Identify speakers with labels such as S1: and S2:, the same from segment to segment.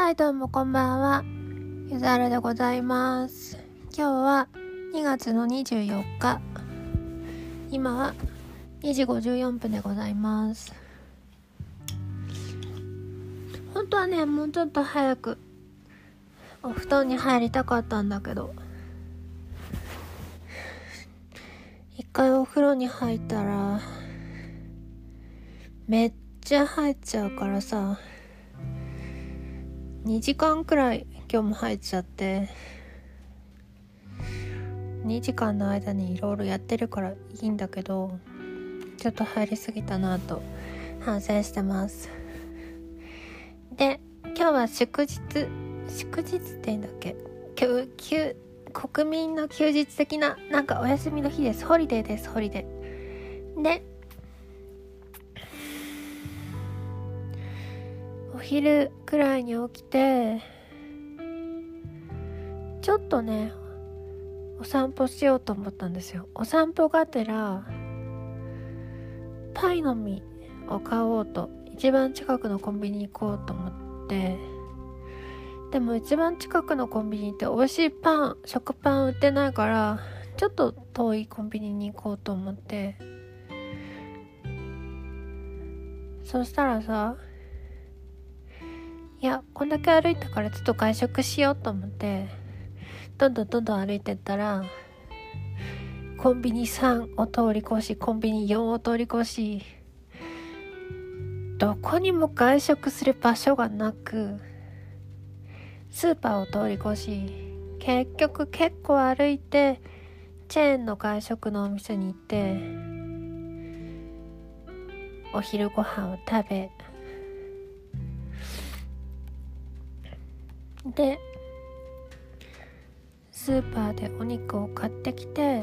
S1: はい、どうもこんばんは。ゆずあらでございます。今日は2月の24日。今は2時54分でございます。本当はね、もうちょっと早くお布団に入りたかったんだけど、一回お風呂に入ったらめっちゃ入っちゃうからさ、2時間くらい今日も入っちゃって、2時間の間にいろいろやってるからいいんだけど、ちょっと入りすぎたなと反省してます。で、今日は祝日って言うんだっけ、国民の休日的ななんかお休みの日です。ホリデーです。ホリデーで、お昼くらいに起きてちょっとねお散歩しようと思ったんですよ。お散歩がてらパイの実を買おうと一番近くのコンビニに行こうと思って、でも一番近くのコンビニって美味しい食パン売ってないから、ちょっと遠いコンビニに行こうと思って、そしたらさ、いやこんだけ歩いたからちょっと外食しようと思ってどんどん歩いてったら、コンビニ3を通り越し、コンビニ4を通り越し、どこにも外食する場所がなく、スーパーを通り越し、結局結構歩いてチェーンの外食のお店に行ってお昼ご飯を食べ、でスーパーでお肉を買ってきて、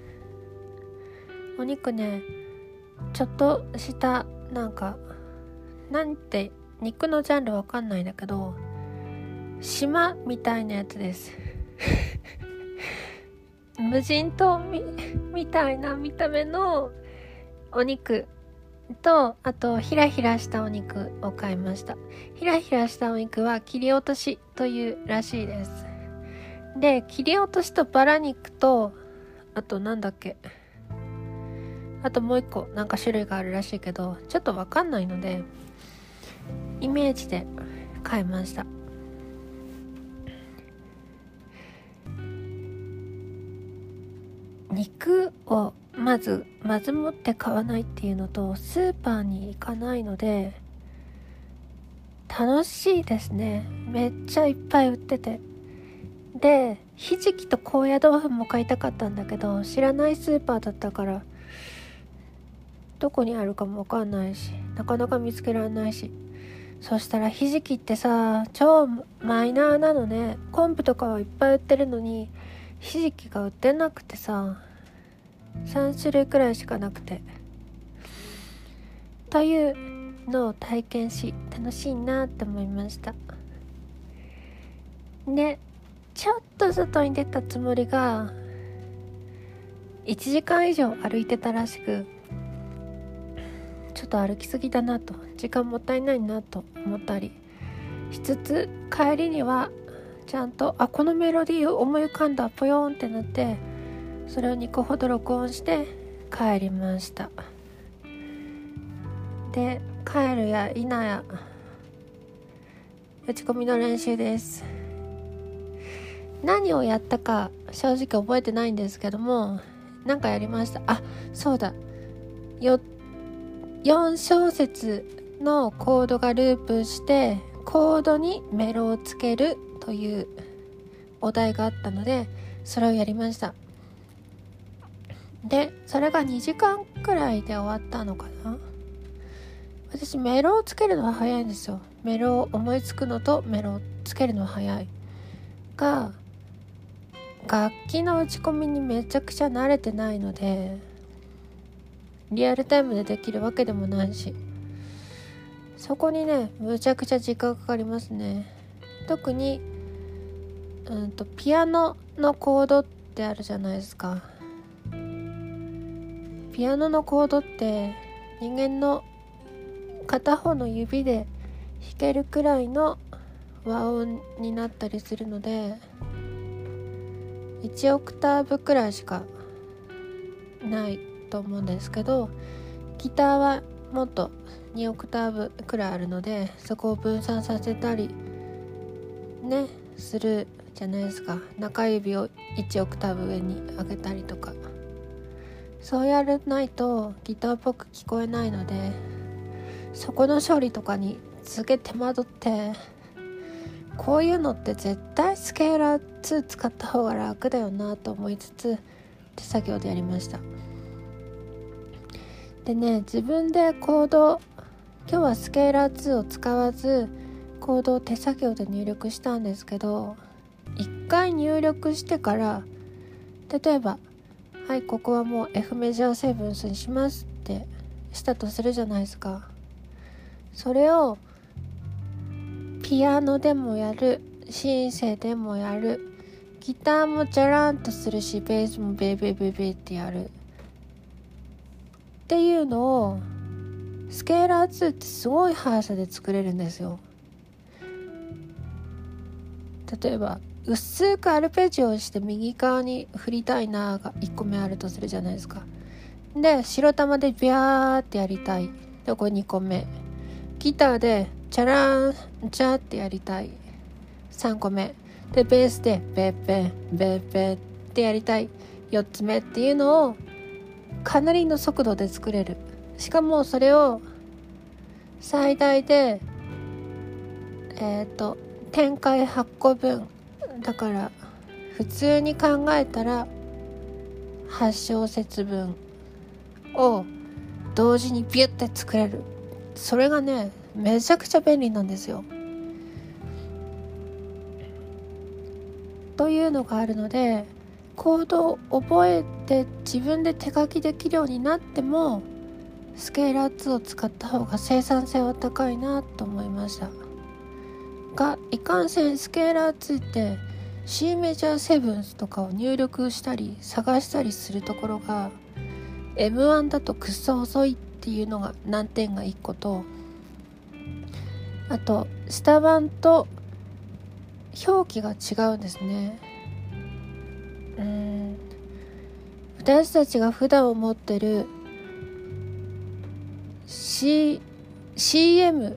S1: お肉ね、ちょっとしたなんて肉のジャンルわかんないんだけど、島みたいなやつです無人島 みたいな見た目のお肉と、あとヒラヒラしたお肉を買いました。ヒラヒラしたお肉は切り落としというらしいです。で、切り落としとバラ肉と、あとなんだっけ、あともう一個なんか種類があるらしいけど、ちょっとわかんないのでイメージで買いました。肉をまずもって買わないっていうのと、スーパーに行かないので楽しいですね。めっちゃいっぱい売ってて、でひじきと高野豆腐も買いたかったんだけど、知らないスーパーだったからどこにあるかもわかんないし、なかなか見つけられないし、そしたらひじきってさ、超マイナーなのね。昆布とかはいっぱい売ってるのにひじきが売ってなくてさ、3種類くらいしかなくて、というのを体験し楽しいなって思いました。で、ちょっと外に出たつもりが1時間以上歩いてたらしく、ちょっと歩きすぎだなと、時間もったいないなと思ったりしつつ、帰りにはちゃんとこのメロディーを思い浮かんだ、ぽよーんってなって、それを2個ほど録音して帰りました。で、帰るや否や打ち込みの練習です。何をやったか正直覚えてないんですけども、なんかやりました。そうだ、4小節のコードがループして、コードにメロをつけるというお題があったので、それをやりました。で、それが2時間くらいで終わったのかな。私メロをつけるのは早いんですよ。メロを思いつくのとメロをつけるのは早いが、楽器の打ち込みにめちゃくちゃ慣れてないので、リアルタイムでできるわけでもないし、そこにねむちゃくちゃ時間かかりますね。特にピアノのコードってあるじゃないですか。ピアノのコードって人間の片方の指で弾けるくらいの和音になったりするので1オクターブくらいしかないと思うんですけど、ギターはもっと2オクターブくらいあるので、そこを分散させたりねするじゃないですか。中指を1オクターブ上に上げたりとか、そうやらないとギターっぽく聞こえないので、そこの処理とかにすげえ手間取って、こういうのって絶対スケーラー2使った方が楽だよなと思いつつ手作業でやりました。でね、自分でコード、今日はスケーラー2を使わずコードを手作業で入力したんですけど、一回入力してから、例えばはい、ここはもう F メジャーセブンスにしますってしたとするじゃないですか。それをピアノでもやる、シンセでもやる、ギターもジャランとするし、ベースもベーベーベーベーってやるっていうのをスケーラー2ってすごい速さで作れるんですよ。例えば薄くアルペジオをして右側に振りたいなが1個目あるとするじゃないですか。で白玉でビャーってやりたい、でこれ2個目、ギターでチャラーンチャーってやりたい3個目で、ベースでベーベーベーベーってやりたい4つ目っていうのをかなりの速度で作れる。しかもそれを最大で展開8個分だから、普通に考えたら8小節分を同時にビュッて作れる。それがねめちゃくちゃ便利なんですよ。というのがあるので、コードを覚えて自分で手書きできるようになってもスケーラー2を使った方が生産性は高いなと思いましたが、いかんせんスケーラー2って C メジャーセブンスとかを入力したり探したりするところが M1 だとくっそ遅いっていうのが難点が1個と、あと下版と表記が違うんですね。私たちが普段思ってる CM7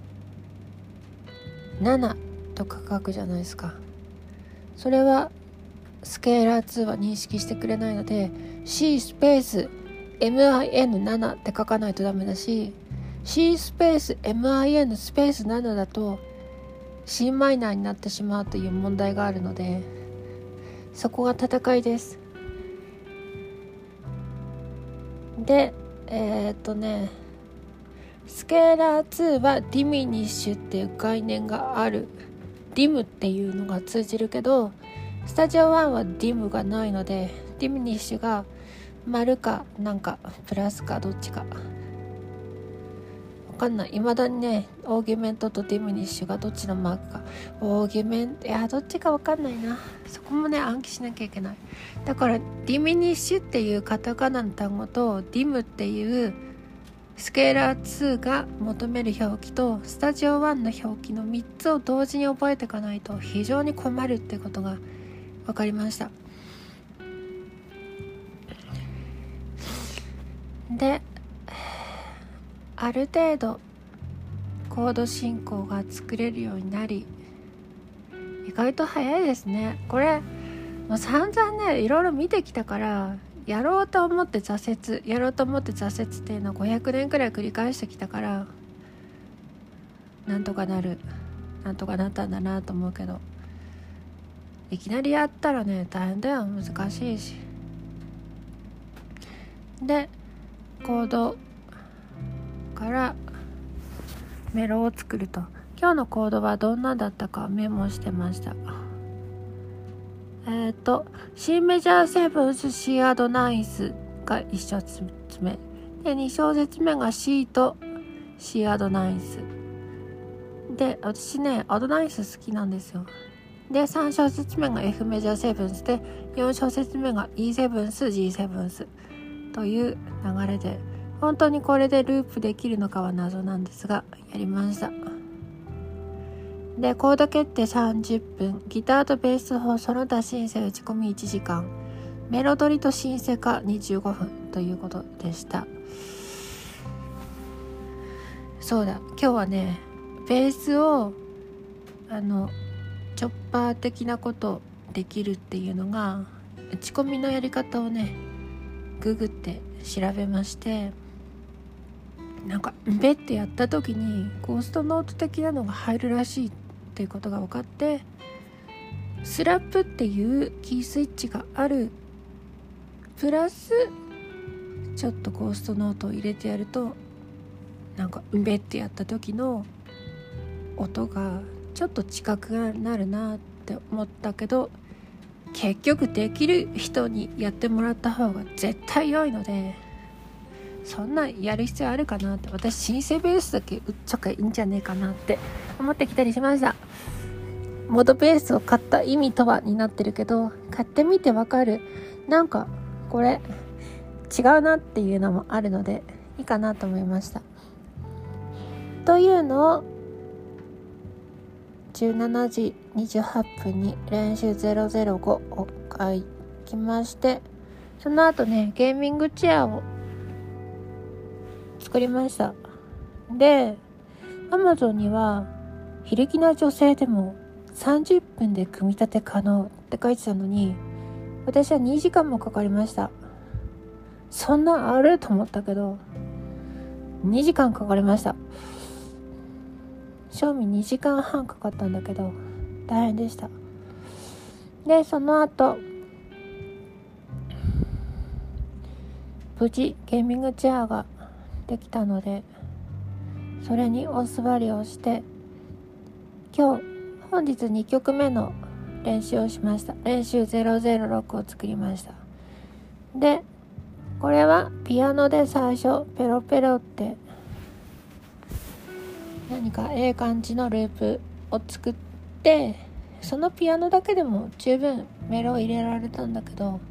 S1: とか書くじゃないですか。それはスケーラー2は認識してくれないので C スペース MIN7 って書かないとダメだし、 C スペース MIN スペース7だと C マイナーになってしまうという問題があるので、そこが戦いです。でスケーラー2はディミニッシュっていう概念がある、ディムっていうのが通じるけど、スタジオ1はディムがないので、ディミニッシュが丸かなんかプラスかどっちかわかんない。未だにねオーギュメントとディミニッシュがどっちのマークか、オーギュメントどっちかわかんないな。そこもね暗記しなきゃいけない。だからディミニッシュっていうカタカナの単語とディムっていうスケーラー2が求める表記とスタジオ1の表記の3つを同時に覚えていかないと非常に困るってことが分かりました。である程度コード進行が作れるようになり、意外と早いですね。これもう散々ねいろいろ見てきたから、やろうと思って挫折っていうのを500年くらい繰り返してきたから、なんとかなったんだなと思うけど、いきなりやったらね大変だよ、難しいし。でコードからメロを作ると、今日のコードはどんなだったかメモしてました。C メジャーセブンス C アドナイスが1小節目で、2小節目が C と C アドナイスで、私ねアドナイス好きなんですよ。で3小節目が F メジャーセブンスで、4小節目が E セブンス G セブンスという流れで、本当にこれでループできるのかは謎なんですがやりました。 でコード決定30分、ギターとベースをその他シンセ打ち込み1時間、メロドリとシンセ化25分ということでした。そうだ、今日はねベースをチョッパー的なことできるっていうのが、打ち込みのやり方をねググって調べまして、なんかベッてやった時にゴーストノート的なのが入るらしいっていうことが分かって、スラップっていうキースイッチがあるプラスちょっとゴーストノートを入れてやると、なんかベッてやった時の音がちょっと近くなるなって思ったけど、結局できる人にやってもらった方が絶対良いので、そんなやる必要あるかなって、私シンセベースだけ打っちゃえばいいんじゃねえかなって思ってきたりしました。モードベースを買った意味とはになってるけど、買ってみてわかる、なんかこれ違うなっていうのもあるのでいいかなと思いました。というのを17時28分に練習005を書きまして、その後ねゲーミングチェアを作りました。で Amazon には非力な女性でも30分で組み立て可能って書いてたのに、私は2時間もかかりました。そんなあると思ったけど2時間かかりました。賞味2時間半かかったんだけど大変でした。でその後無事ゲーミングチェアができたので、それにお座りをして本日2曲目の練習をしました。練習006を作りました。でこれはピアノで最初ペロペロって何か感じのループを作って、そのピアノだけでも十分メロを入れられたんだけど、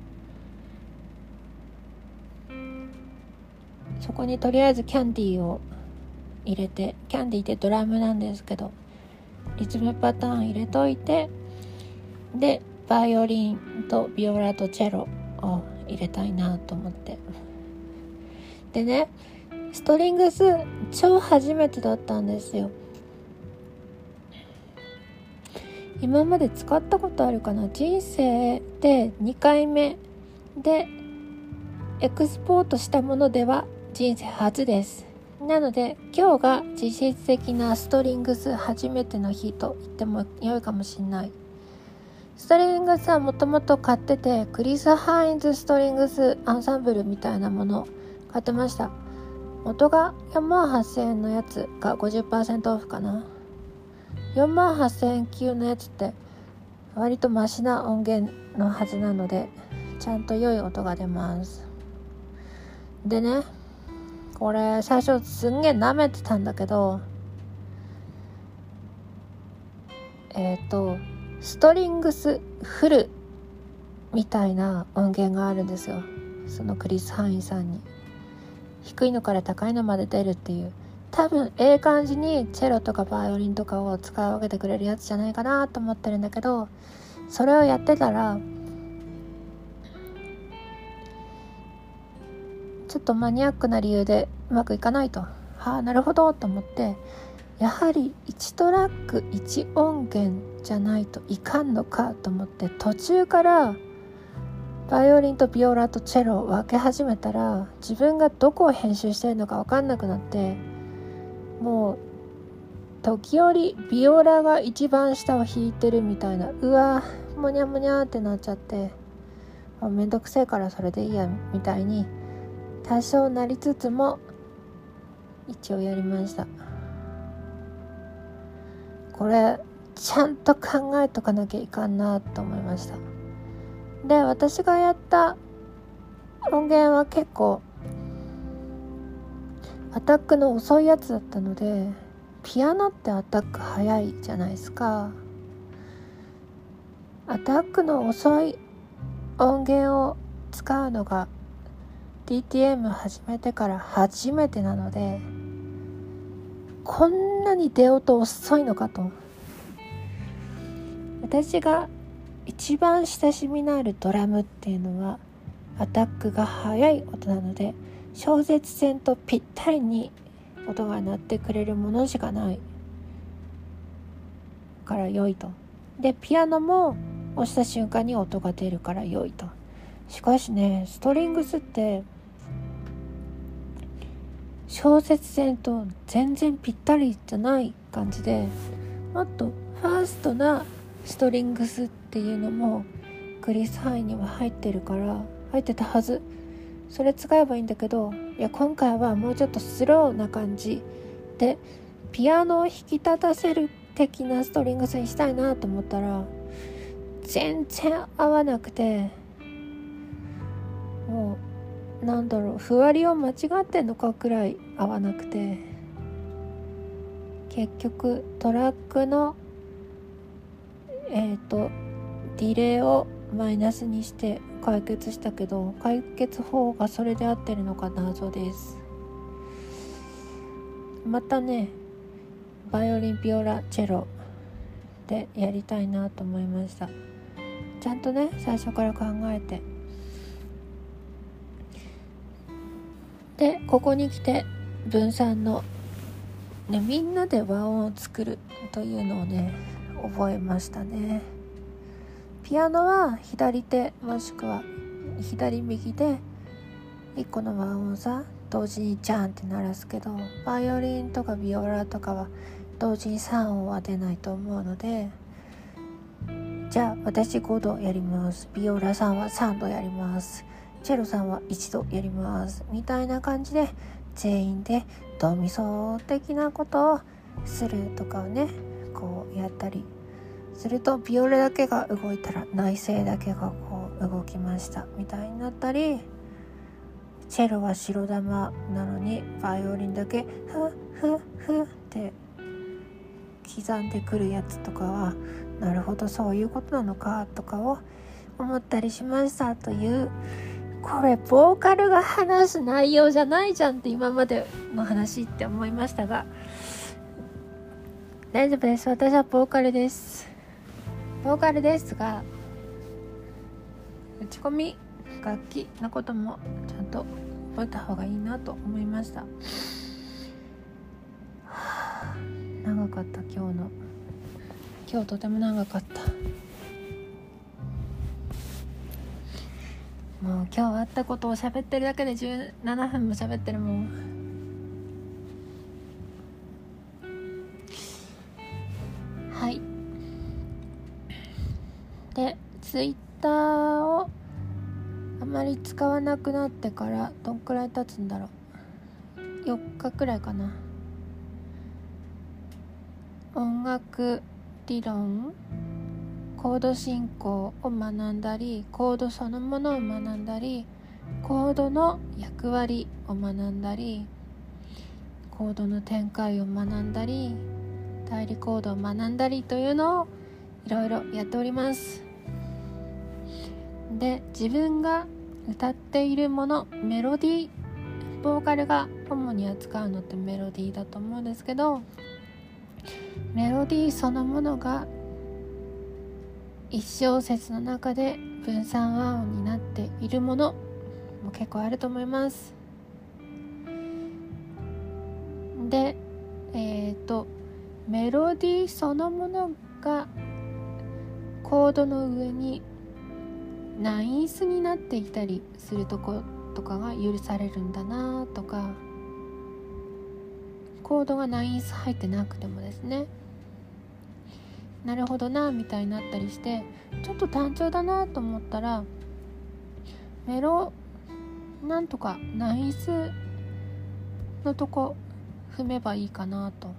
S1: そこにとりあえずキャンディーを入れて、キャンディーってドラムなんですけどリズムパターン入れといて、でバイオリンとビオラとチェロを入れたいなと思って、でねストリングス超初めてだったんですよ。今まで使ったことあるかな、人生で2回目でエクスポートしたものでは人生初です。なので今日が実質的なストリングス初めての日と言っても良いかもしれない。ストリングスはもともと買ってて、クリス・ハインズストリングスアンサンブルみたいなもの買ってました。元が48,000円のやつが 50% オフかな。48,000円級のやつって割とマシな音源のはずなので、ちゃんと良い音が出ます。でね、これ最初すんげえ舐めてたんだけど、ストリングスフルみたいな音源があるんですよ。そのクリス・ハインさんに低いのから高いのまで出るっていう、多分感じにチェロとかバイオリンとかを使い分けてくれるやつじゃないかなと思ってるんだけど、それをやってたらちょっとマニアックな理由でうまくいかないと、なるほどと思って、やはり1トラック1音源じゃないといかんのかと思って、途中からバイオリンとビオラとチェロを分け始めたら、自分がどこを編集してるのか分かんなくなって、もう時折ビオラが一番下を弾いてるみたいな、うわもにゃもにゃってなっちゃって、めんどくせえからそれでいいやみたいに多少なりつつも一応やりました。これちゃんと考えとかなきゃいかんなと思いました。で、私がやった音源は結構アタックの遅いやつだったので、ピアノってアタック早いじゃないですか。アタックの遅い音源を使うのが DTM 始めてから初めてなので、こんなに出音遅いのかと。 私が一番親しみのあるドラムっていうのはアタックが速い音なので、小節線とぴったりに音が鳴ってくれるものしかないから良いと。でピアノも押した瞬間に音が出るから良いと。しかしね、ストリングスって小節線と全然ぴったりじゃない感じで、もっとファーストなストリングスっていうのもクリス・ハイには入ってたはず。それ使えばいいんだけど、いや今回はもうちょっとスローな感じでピアノを弾き立たせる的なストリングスにしたいなと思ったら全然合わなくて、もうふわりを間違ってんのかくらい合わなくて、結局トラックのディレイをマイナスにして解決したけど、解決法がそれで合ってるのか謎です。またね、バイオリン、ビオラ、チェロでやりたいなと思いました。ちゃんとね、最初から考えて。でここに来て分散の、ね、みんなで和音を作るというのをね覚えましたね。ピアノは左手もしくは左右で1個の和音を同時にチャーンって鳴らすけど、バイオリンとかビオラとかは同時に3音は出ないと思うので、じゃあ私5度やります、ビオラさんは3度やります、チェロさんは1度やりますみたいな感じで全員でドミソ的なことをするとかをねこうやったりすると、ビオラだけが動いたら内声だけがこう動きましたみたいになったり、チェロは白玉なのにバイオリンだけフッフッフッって刻んでくるやつとかは、なるほどそういうことなのかとかを思ったりしましたという、これボーカルが話す内容じゃないじゃんって今までの話って思いましたが、大丈夫です。私はボーカルですが、打ち込み楽器のこともちゃんと覚えた方がいいなと思いました。長かった。今日とても長かった。もう今日あったことを喋ってるだけで17分も喋ってるもん。はい。で、ツイッターをあまり使わなくなってからどんくらい経つんだろう。4日くらいかな。音楽理論、コード進行を学んだり、コードそのものを学んだり、コードの役割を学んだり、コードの展開を学んだり、代理コードを学んだりというのをいろいろやっております。で、自分が歌っているもの、メロディー、ボーカルが主に扱うのってメロディーだと思うんですけど、メロディーそのものが一小節の中で分散和音になっているものも結構あると思います。で、メロディーそのものがコードの上にナインスになっていたりするとことかが許されるんだなとか、コードがナインス入ってなくてもですね、なるほどなみたいになったりして、ちょっと単調だなと思ったらメロなんとかナインスのとこ踏めばいいかなと。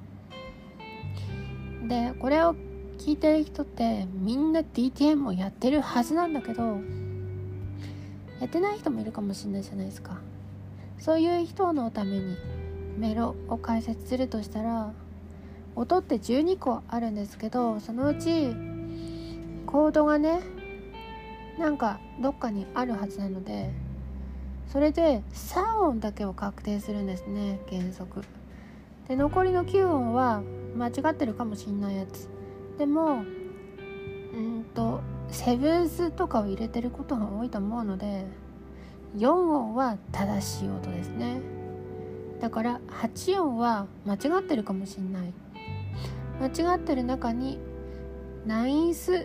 S1: で、これを聞いてる人ってみんな DTM もやってるはずなんだけど、やってない人もいるかもしれないじゃないですか。そういう人のためにメロを解説するとしたら、音って12個あるんですけど、そのうちコードがねなんかどっかにあるはずなので、それで3音だけを確定するんですね、原則で。残りの9音は間違ってるかもしれないやつでも、 セブンスとかを入れてることが多いと思うので、4音は正しい音ですね。だから8音は間違ってるかもしれない。間違ってる中にナインス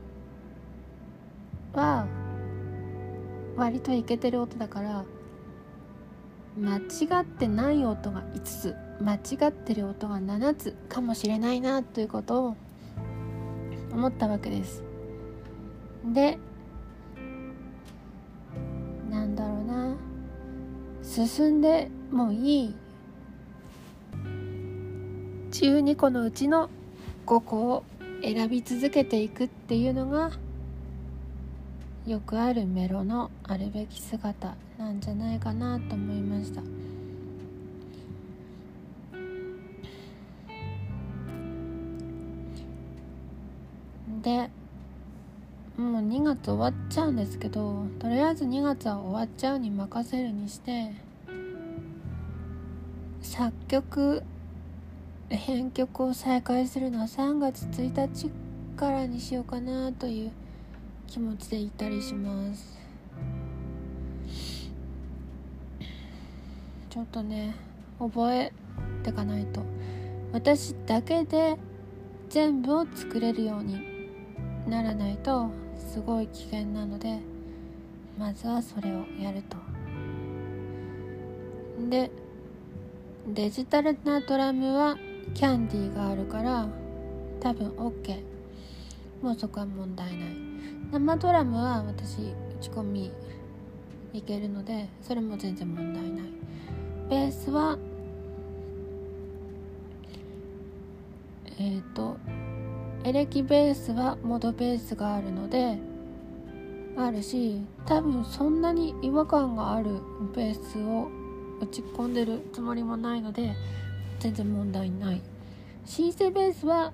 S1: は割といけてる音だから、間違ってない音が5つ、間違ってる音が7つかもしれないなということを思ったわけです。で、なんだろうな、進んでもういい12個のうちの5個を選び続けていくっていうのがよくあるメロのあるべき姿なんじゃないかなと思いました。で、もう2月終わっちゃうんですけど、とりあえず2月は終わっちゃうに任せるにして、作曲編曲を再開するのは3月1日からにしようかなという気持ちでいたりします。ちょっとね、覚えてかないと、私だけで全部を作れるようにならないとすごい危険なので、まずはそれをやると。で、デジタルなドラムはキャンディーがあるから多分 OK、 もうそこは問題ない。生ドラムは私打ち込みいけるので、それも全然問題ない。ベースはエレキベースはモドベースがあるのであるし、多分そんなに違和感があるベースを打ち込んでるつもりもないので全然問題ない。シンセベースは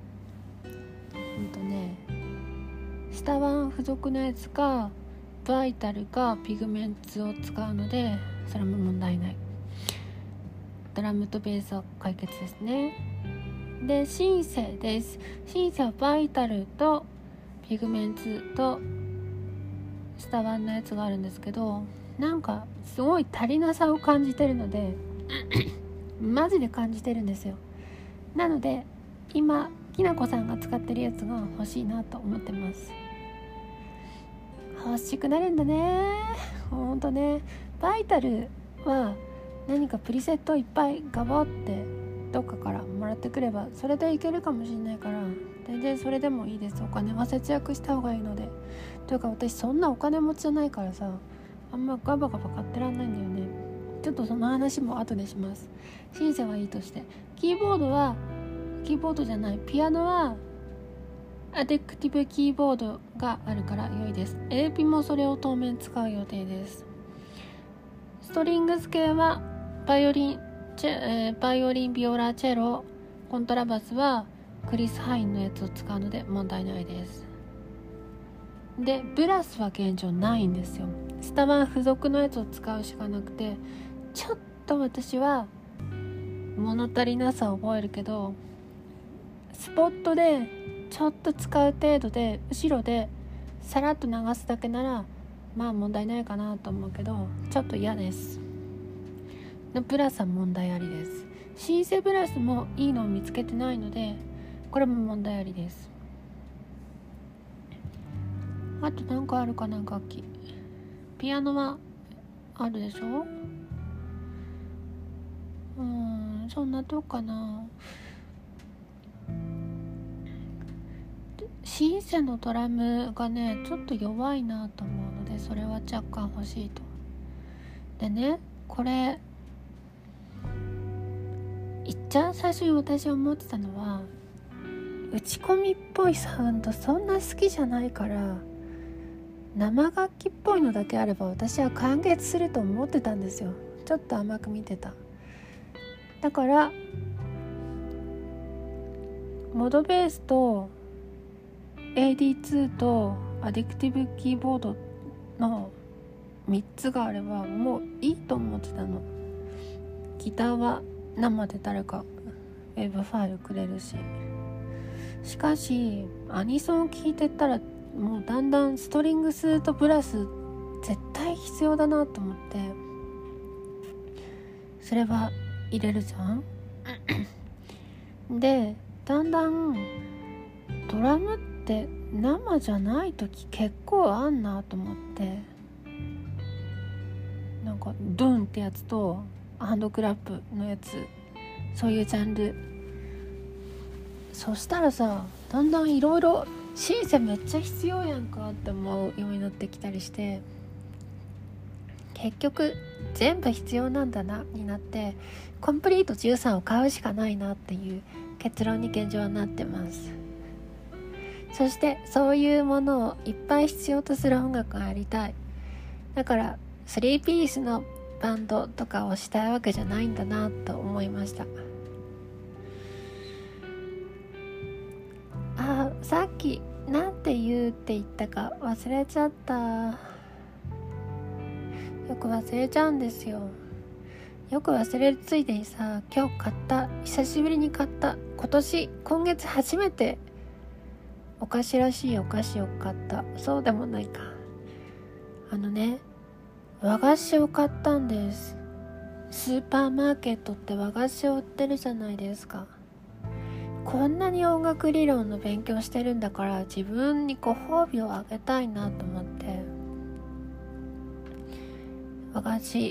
S1: スタワン付属のやつかバイタルかピグメンツを使うので、それも問題ない。ドラムとベースは解決ですね。で、シンセです。シンセはバイタルとピグメンツとスタワンのやつがあるんですけど、なんかすごい足りなさを感じてるのでマジで感じてるんですよ。なので今きなこさんが使ってるやつが欲しいなと思ってます。欲しくなるんだね、ほんとね。バイタルは何かプリセットいっぱいガボってどっかからもらってくればそれでいけるかもしれないから、全然それでもいいです。お金は節約した方がいいので。というか私そんなお金持ちじゃないからさ、あんまガバガバ買ってらんないんだよね。ちょっとその話も後でします。シンセはいいとして、キーボードじゃない、ピアノはアデクティブキーボードがあるから良いです。エレピもそれを当面使う予定です。ストリングス系はバイオリン、ビオラ、チェロ、コントラバスはクリス・ハインのやつを使うので問題ないです。で、ブラスは現状ないんですよ。スタバン付属のやつを使うしかなくて、ちょっと私は物足りなさを覚えるけど、スポットでちょっと使う程度で後ろでさらっと流すだけならまあ問題ないかなと思うけど、ちょっと嫌です。ブラスは問題ありです。シンセブラスもいいのを見つけてないのでこれも問題ありです。あとなんかあるかな、楽器。ピアノはあるでしょ。そんなとこかな。シンセのドラムがねちょっと弱いなと思うので、それは若干欲しいと。でね、これいっちゃ最初に私思ってたのは、打ち込みっぽいサウンドそんな好きじゃないから、生楽器っぽいのだけあれば私は完結すると思ってたんですよ。ちょっと甘く見てた。だからモドベースと AD2 とアディクティブキーボードの3つがあればもういいと思ってたの。ギターは生で誰かウェブファイルくれるし。しかしアニソン聴いてたらもうだんだんストリングスとブラス絶対必要だなと思って、それは入れるじゃんでだんだんドラムって生じゃない時結構あんなと思って、なんかドゥンってやつとハンドクラップのやつ、そういうジャンル。そしたらさ、だんだんいろいろシンセめっちゃ必要やんかって思うようになってきたりして、結局全部必要なんだなになって、コンプリート13を買うしかないなっていう結論に現状はなってます。そしてそういうものをいっぱい必要とする音楽がやりたい。だから3ピースのバンドとかをしたいわけじゃないんだなと思いました。さっきなんて言うって言ったか忘れちゃった。よく忘れちゃうんですよ。よく忘れるついでにさ、今日久しぶりに買った今月初めてお菓子らしいお菓子を買った。そうでもないか。和菓子を買ったんです。スーパーマーケットって和菓子を売ってるじゃないですか。こんなに音楽理論の勉強してるんだから、自分にご褒美をあげたいなと思って、和菓子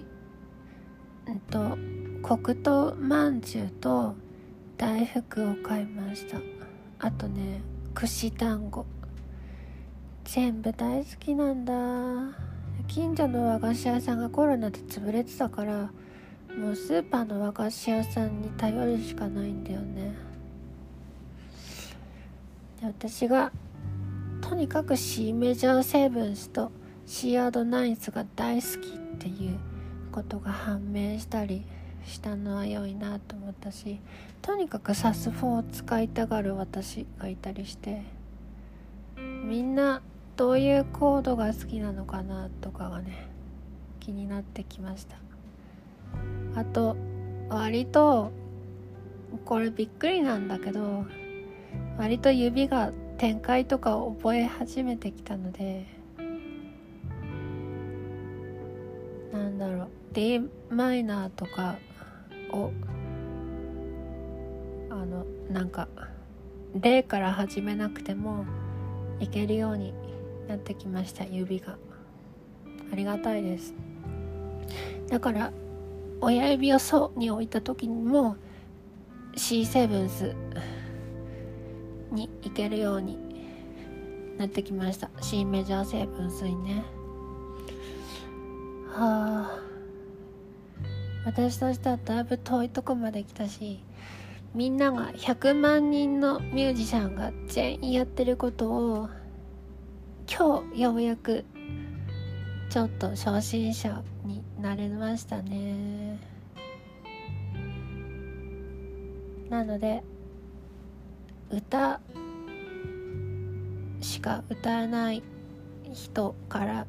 S1: 黒糖まんじゅうと大福を買いました。あとね、串団子、全部大好きなんだ。近所の和菓子屋さんがコロナで潰れてたから、もうスーパーの和菓子屋さんに頼るしかないんだよね。で、私がとにかく C メジャーセブンスと C アドナインスが大好きっていうことが判明したりしたのは良いなと思ったし、とにかくサス4を使いたがる私がいたりして、みんなどういうコードが好きなのかなとかがね、気になってきました。あと割とこれびっくりなんだけど、割と指が展開とかを覚え始めてきたので、D マイナーとかをなんか例から始めなくてもいけるようになってきました。指がありがたいです。だから親指をソに置いた時にも C セブンスに行けるようになってきました。 C メジャーセブンスにね。私としてはだいぶ遠いとこまで来たし、みんなが100万人のミュージシャンが全員やってることを今日ようやくちょっと初心者になれましたね。なので歌しか歌えない人から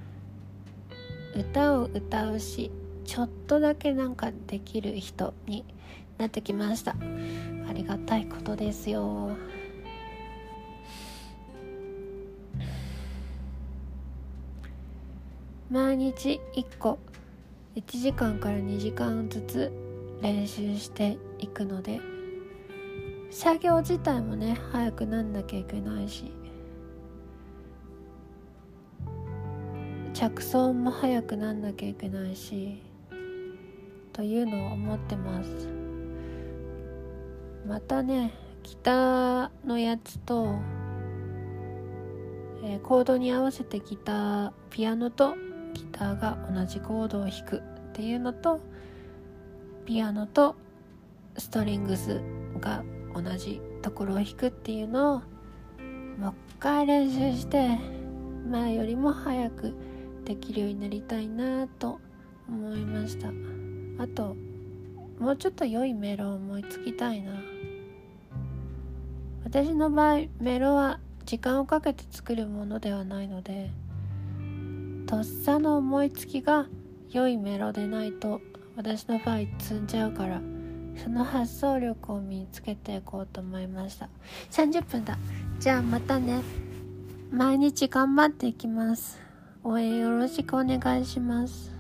S1: 歌を歌うし、ちょっとだけなんかできる人になってきました。ありがたいことですよ。毎日1個1時間から2時間ずつ練習していくので、作業自体もね早くなんなきゃいけないし、着想も早くなんなきゃいけないしというのを思ってます。またね、ギターのやつと、コードに合わせてピアノとギターが同じコードを弾くっていうのと、ピアノとストリングスが同じところを弾くっていうのをもう一回練習して前よりも早くできるようになりたいなと思いました。あともうちょっと良いメロを思いつきたいな。私の場合メロは時間をかけて作るものではないので、とっさの思いつきが良いメロでないと私の場合積んじゃうから、その発想力を身につけていこうと思いました。30分だ。じゃあまたね。 毎日頑張っていきます。応援よろしくお願いします。